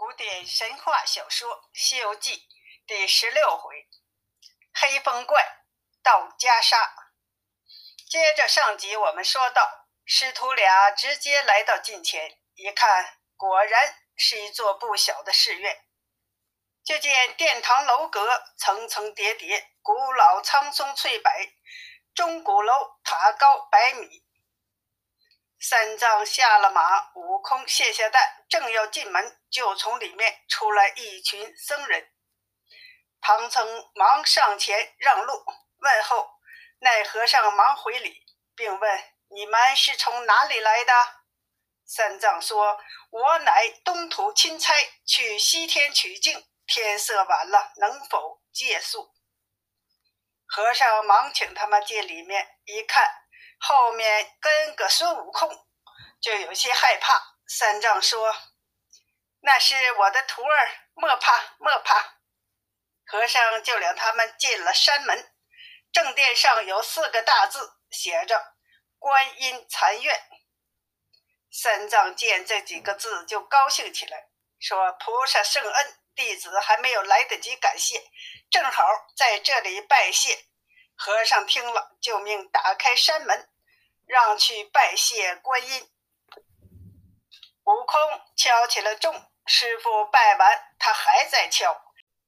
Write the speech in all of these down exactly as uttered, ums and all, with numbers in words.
古典神话小说《西游记》第十六回，黑风怪到袈裟。接着上集我们说到，师徒俩直接来到近前，一看果然是一座不小的寺院。就见殿堂楼阁层层叠叠，古老苍松翠柏，钟鼓楼塔高百米。三藏下了马，悟空卸下担，正要进门，就从里面出来一群僧人。唐僧忙上前让路问候，那和尚忙回礼，并问你们是从哪里来的？三藏说，我乃东土钦差，去西天取经，天色晚了，能否借宿？和尚忙请他们进里面，一看后面跟个孙悟空，就有些害怕。三藏说，那是我的徒儿，莫怕莫怕。和尚就领他们进了山门，正殿上有四个大字写着观音禅院。三藏见这几个字就高兴起来，说菩萨圣恩，弟子还没有来得及感谢，正好在这里拜谢。和尚听了，就命打开山门，让去拜谢观音。悟空敲起了钟，师父拜完，他还在敲。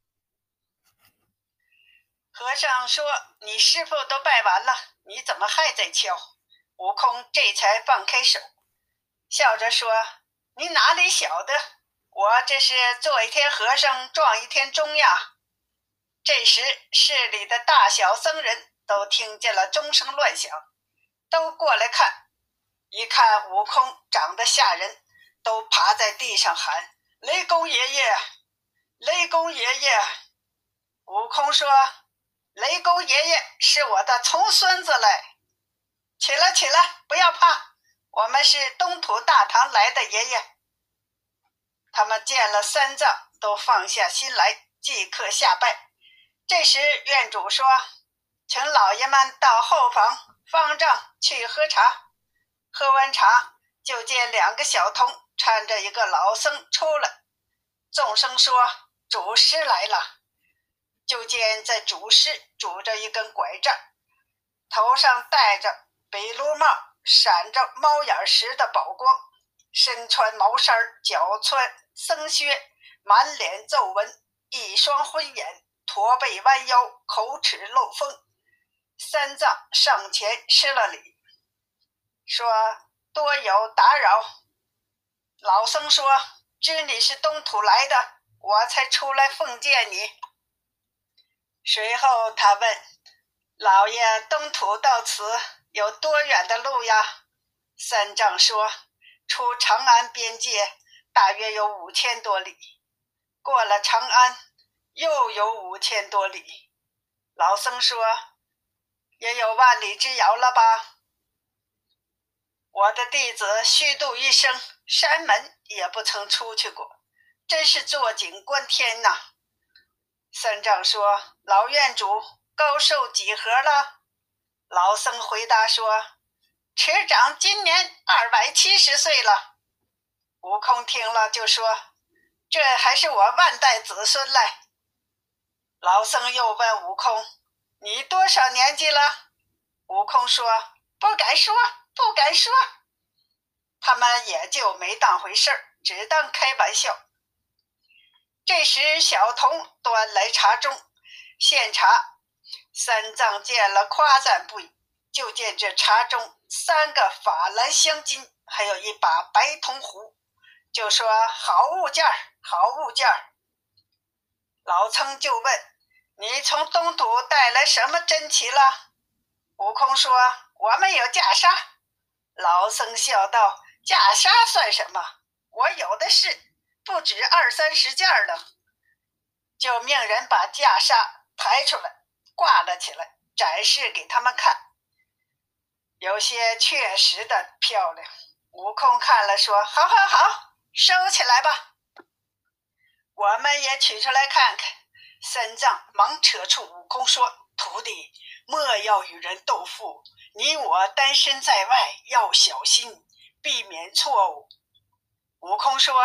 和尚说，你师父都拜完了，你怎么还在敲？悟空这才放开手，笑着说，你哪里晓得，我这是做一天和尚撞一天钟呀。这时市里的大小僧人都听见了钟声乱响，都过来看。一看悟空长得吓人，都爬在地上喊，雷公爷爷，雷公爷爷。悟空说，雷公爷爷是我的重孙子嘞，起来起来，不要怕，我们是东土大唐来的爷爷。他们见了三藏，都放下心来，即刻下拜。这时院主说，请老爷们到后房方丈去喝茶。喝完茶，就见两个小童搀着一个老僧出来。众生说，主师来了。就见这主师拄着一根拐杖，头上戴着北卢帽，闪着猫眼石的宝光，身穿毛衫，脚穿僧靴，满脸皱纹，一双昏眼，驼背弯腰，口齿漏风。三藏上前施了礼，说，多有打扰。老僧说，知你是东土来的，我才出来奉见你。随后他问，老爷，东土到此有多远的路呀？三藏说，出长安边界大约有五千多里，过了长安又有五千多里。老僧说，也有万里之遥了吧？我的弟子虚度一生，山门也不曾出去过，真是坐井观天呐。三藏说，老院主高寿几何了？老僧回答说，持长今年二百七十岁了。悟空听了就说，这还是我万代子孙嘞。老僧又问悟空，你多少年纪了？悟空说，不敢说不敢说。他们也就没当回事儿，只当开玩笑。这时小童端来茶盅献茶，三藏见了夸赞不已。就见这茶盅三个法兰香金，还有一把白铜壶，就说，好物件好物件。老僧就问，你从东土带来什么珍奇了？悟空说，我们有袈裟。老僧笑道，袈裟算什么，我有的是，不止二三十件呢。就命人把袈裟抬出来，挂了起来，展示给他们看。有些确实的漂亮。悟空看了说，好好好，收起来吧，我们也取出来看看。三藏忙扯住悟空说，徒弟莫要与人斗富，你我单身在外，要小心，避免错误。悟空说，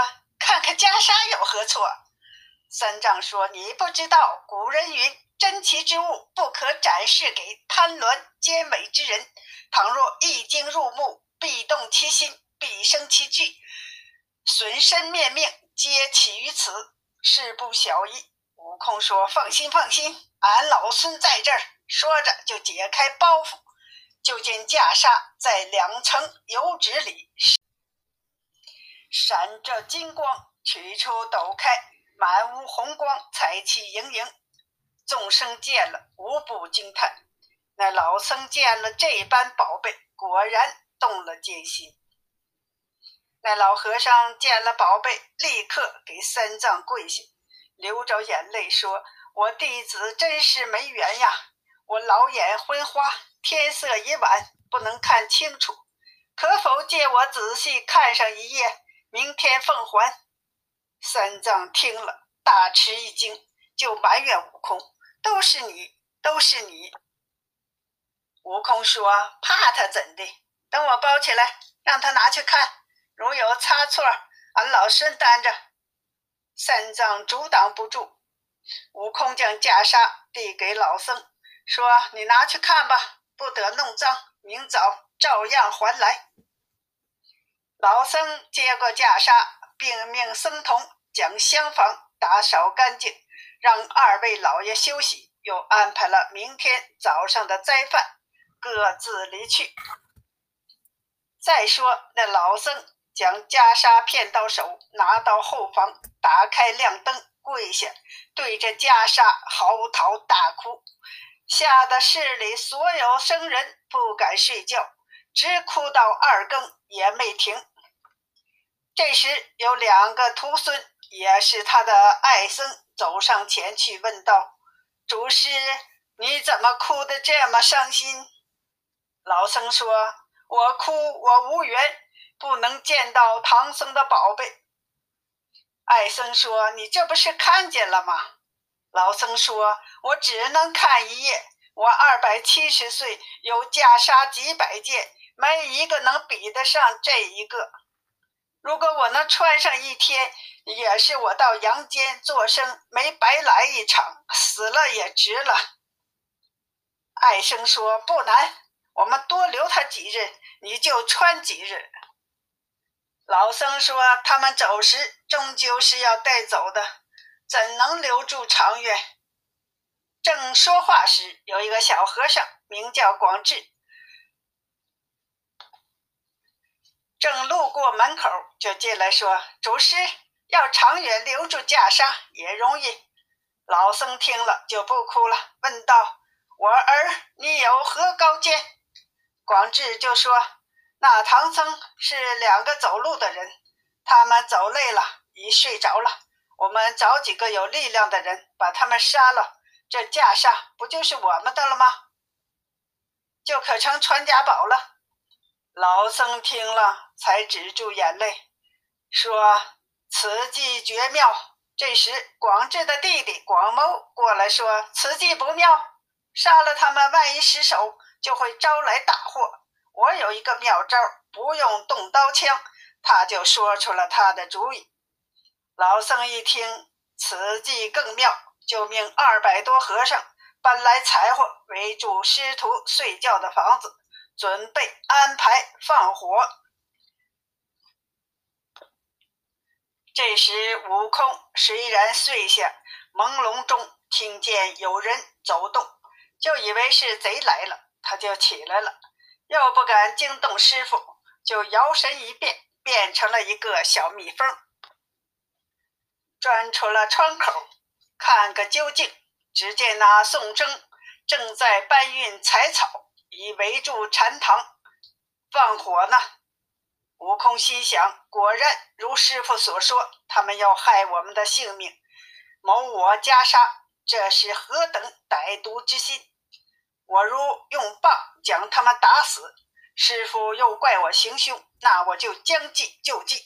看看袈裟有何错？三藏说：你不知道，古人云，珍奇之物不可展示给贪婪奸伪之人，倘若一经入目，必动其心，必生其惧，损身灭命，皆起于此，事不小矣。悟空说：放心放心，俺老孙在这儿。说着就解开包袱，就见袈裟在两层油纸里闪着金光，取出抖开，满屋红光，彩气盈盈。众生见了无不惊叹。那老僧见了这般宝贝，果然动了戒心。那老和尚见了宝贝，立刻给三藏跪下，流着眼泪说：我弟子真是没缘呀，我老眼昏花，天色已晚，不能看清楚，可否借我仔细看上一夜，明天奉还？三藏听了大吃一惊，就埋怨悟空：都是你，都是你。悟空说：怕他怎的？等我包起来，让他拿去看，如有差错，俺老孙担着。三藏阻挡不住，悟空将袈裟递给老僧，说：你拿去看吧，不得弄脏，明早照样还来。老僧接过袈裟，并命僧童将厢房打扫干净，让二位老爷休息，又安排了明天早上的斋饭，各自离去。再说那老僧将袈裟骗到手，拿到后房，打开亮灯，跪下对着袈裟嚎啕大哭，吓得市里所有僧人不敢睡觉，直哭到二更也没停。这时有两个徒孙，也是他的爱僧，走上前去问道：祖师，你怎么哭得这么伤心？老僧说：我哭我无缘，不能见到唐僧的宝贝。爱僧说：你这不是看见了吗？老僧说：我只能看一夜，我二百七十岁，有袈裟几百件，没一个能比得上这一个。如果我能穿上一天，也是我到阳间做生，没白来一场，死了也值了。爱僧说：不难，我们多留他几日，你就穿几日。老僧说：他们走时终究是要带走的，怎能留住长远？正说话时，有一个小和尚名叫广智，正路过门口，就进来说：祖师，要长远留住袈裟也容易。老僧听了就不哭了，问道：我儿，你有何高见？广智就说：那唐僧是两个走路的人，他们走累了，已睡着了，我们找几个有力量的人把他们杀了，这袈裟不就是我们的了吗？就可成传家宝了。老僧听了才止住眼泪，说：此计绝妙。这时广智的弟弟广谋过来说：此计不妙，杀了他们万一失手，就会招来大祸。我有一个妙招，不用动刀枪。他就说出了他的主意。老僧一听此计更妙，就命二百多和尚搬来柴火，围住师徒睡觉的房子，准备安排放火。这时悟空虽然睡下，朦胧中听见有人走动，就以为是贼来了，他就起来了，又不敢惊动师傅，就摇身一变，变成了一个小蜜蜂，钻出了窗口，看个究竟。只见那宋征正在搬运柴草，已围住禅堂放火呢。悟空心想，果然如师父所说，他们要害我们的性命，谋我袈裟，这是何等歹毒之心！我如用棒将他们打死，师父又怪我行凶，那我就将计就计。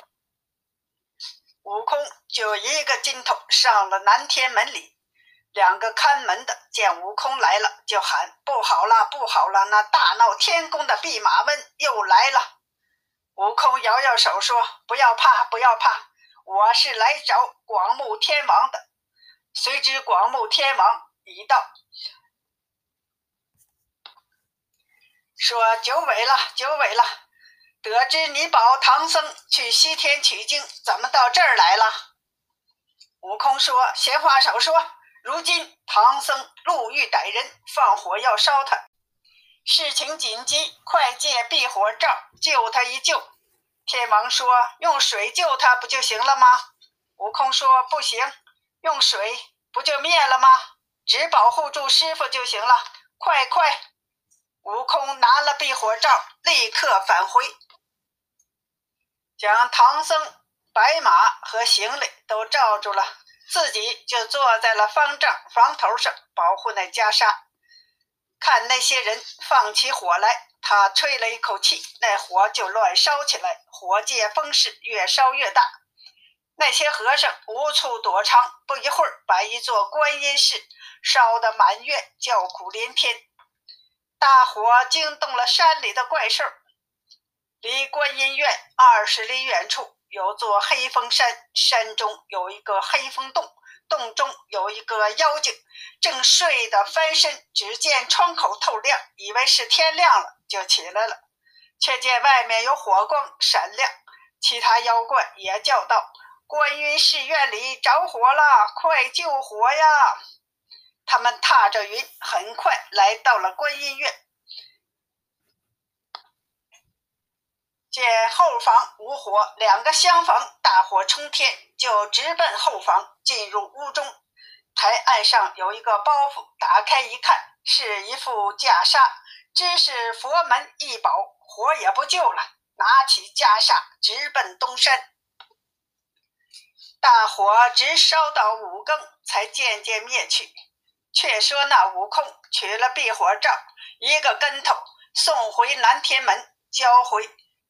悟空就一个筋头上了南天门里，两个看门的见悟空来了，就喊：不好了，不好了，那大闹天宫的弼马温又来了。悟空摇摇手说：不要怕，不要怕， 我是来找广目天王的。”谁知广目天王已到，说：“久违了，久违了。得知你保唐僧去西天取经，怎么到这儿来了？”悟空说：“闲话少说，如今唐僧路遇歹人，放火要烧他，事情紧急，快借避火罩救他一救。”天王说：“用水救他不就行了吗？”悟空说：“不行，用水不就灭了吗？只保护住师傅就行了，快快！”悟空拿了避火罩，立刻返回，将唐僧、白马和行李都罩住了，自己就坐在了方丈房头上保护那袈裟。看那些人放起火来，他吹了一口气，那火就乱烧起来，火借风势，越烧越大。那些和尚无处躲藏，不一会儿把一座观音寺烧得满院叫苦连天。大火惊动了山里的怪兽。离观音院二十里远处有座黑风山，山中有一个黑风洞，洞中有一个妖精，正睡得翻身，只见窗口透亮，以为是天亮了，就起来了，却见外面有火光闪亮。其他妖怪也叫道：“观音寺院里着火了，快救火呀！”他们踏着云，很快来到了观音院。见后房无火，两个厢房大火冲天，就直奔后房，进入屋中。台案上有一个包袱，打开一看，是一副袈裟，知是佛门异宝，火也不救了，拿起袈裟直奔东山。大火直烧到五更，才渐渐灭去。却说那悟空取了避火罩，一个跟头送回南天门，交回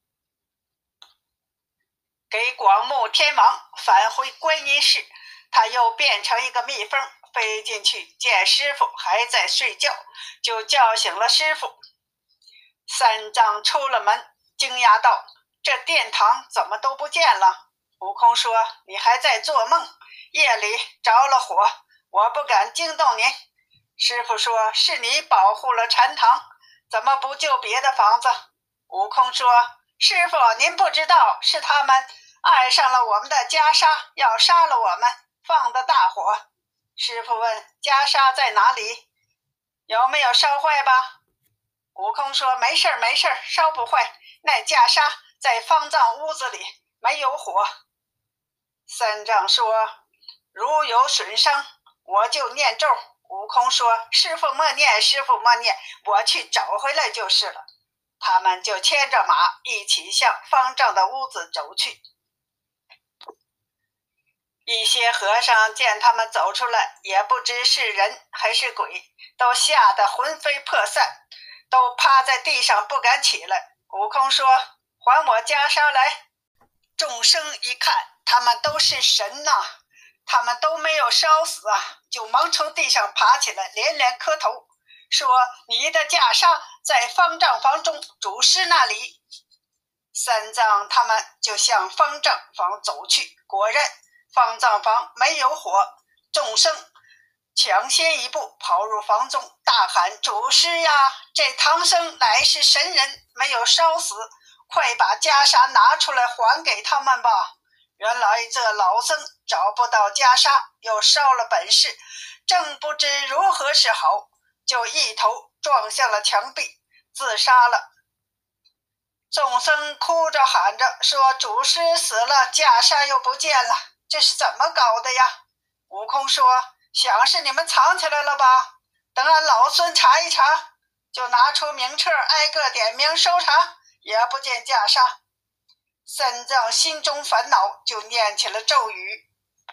给广目天王，返回观音寺。他又变成一个蜜蜂，飞进去见师傅还在睡觉，就叫醒了师傅。三藏出了门，惊讶道：“这殿堂怎么都不见了？”悟空说：“你还在做梦，夜里着了火，我不敢惊动您。”师傅说：“是你保护了禅堂，怎么不救别的房子？”悟空说：“师傅，您不知道，是他们爱上了我们的袈裟，要杀了我们，放的大火。”师傅问：“袈裟在哪里？有没有烧坏吧？”悟空说：“没事没事，烧不坏，那袈裟在方丈屋子里，没有火。”三藏说：“如有损伤，我就念咒。”悟空说：“师傅默念，师傅默念，我去找回来就是了。”他们就牵着马一起向方丈的屋子走去。一些和尚见他们走出来，也不知是人还是鬼，都吓得魂飞魄散，都趴在地上不敢起来。悟空说：“还我袈裟来！”众生一看，他们都是神呐、啊，他们都没有烧死啊，就忙从地上爬起来，连连磕头，说：“你的袈裟在方丈房中主师那里。”三藏他们就向方丈房走去，果然方丈房没有火，众生抢先一步跑入房中，大喊：“主师呀，这唐僧乃是神人，没有烧死，快把袈裟拿出来还给他们吧！”原来这老僧找不到袈裟，又烧了本事，正不知如何是好，就一头撞向了墙壁，自杀了。众僧哭着喊着说：“主师死了，袈裟又不见了，这是怎么搞的呀？”悟空说：“想是你们藏起来了吧？等俺老孙查一查。”就拿出名册，挨个点名搜查，也不见袈裟。三藏心中烦恼，就念起了咒语。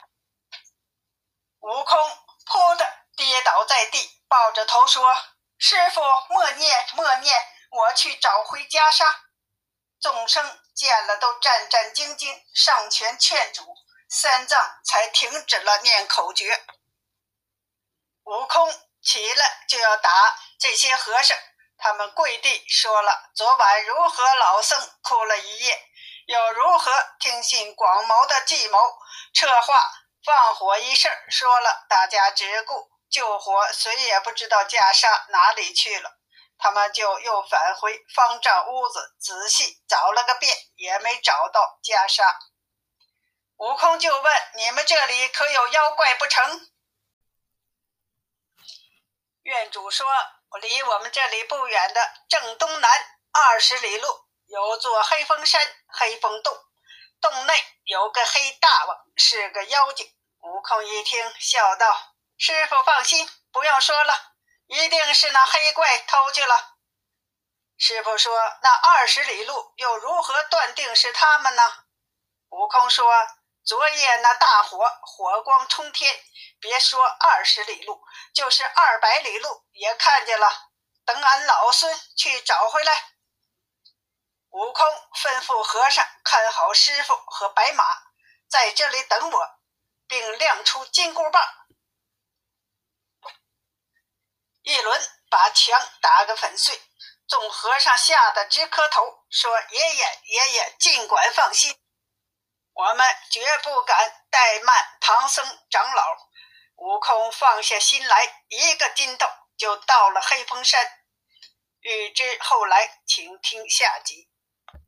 悟空扑的跌倒在地，抱着头说：“师父，默念默念，我去找回袈裟。”众生见了都战战兢兢，上前劝阻，三藏才停止了念口诀。悟空起来就要打这些和尚，他们跪地说了昨晚如何老僧哭了一夜， 又如何听信广谋的计谋，策划放火一事说了，大家只顾救火，谁也不知道袈裟哪里去了。他们就又返回方丈屋子，仔细找了个遍，也没找到袈裟。悟空就问：你们这里可有妖怪不成？院主说：离我们这里不远的正东南二十里路有座黑风山、黑风洞，洞内有个黑大王，是个妖精。悟空一听，笑道：师傅放心，不用说了，一定是那黑怪偷去了。师傅说：那二十里路又如何断定是他们呢？悟空说：昨夜那大火，火光冲天，别说二十里路，就是二百里路也看见了，等俺老孙去找回来。悟空吩咐和尚看好师傅和白马，在这里等我，并亮出金箍棒，一轮把墙打个粉碎。众和尚吓得直磕头，说：爷爷爷爷尽管放心，我们绝不敢怠慢唐僧长老。悟空放下心来，一个筋斗就到了黑风山。欲知后来，请听下集。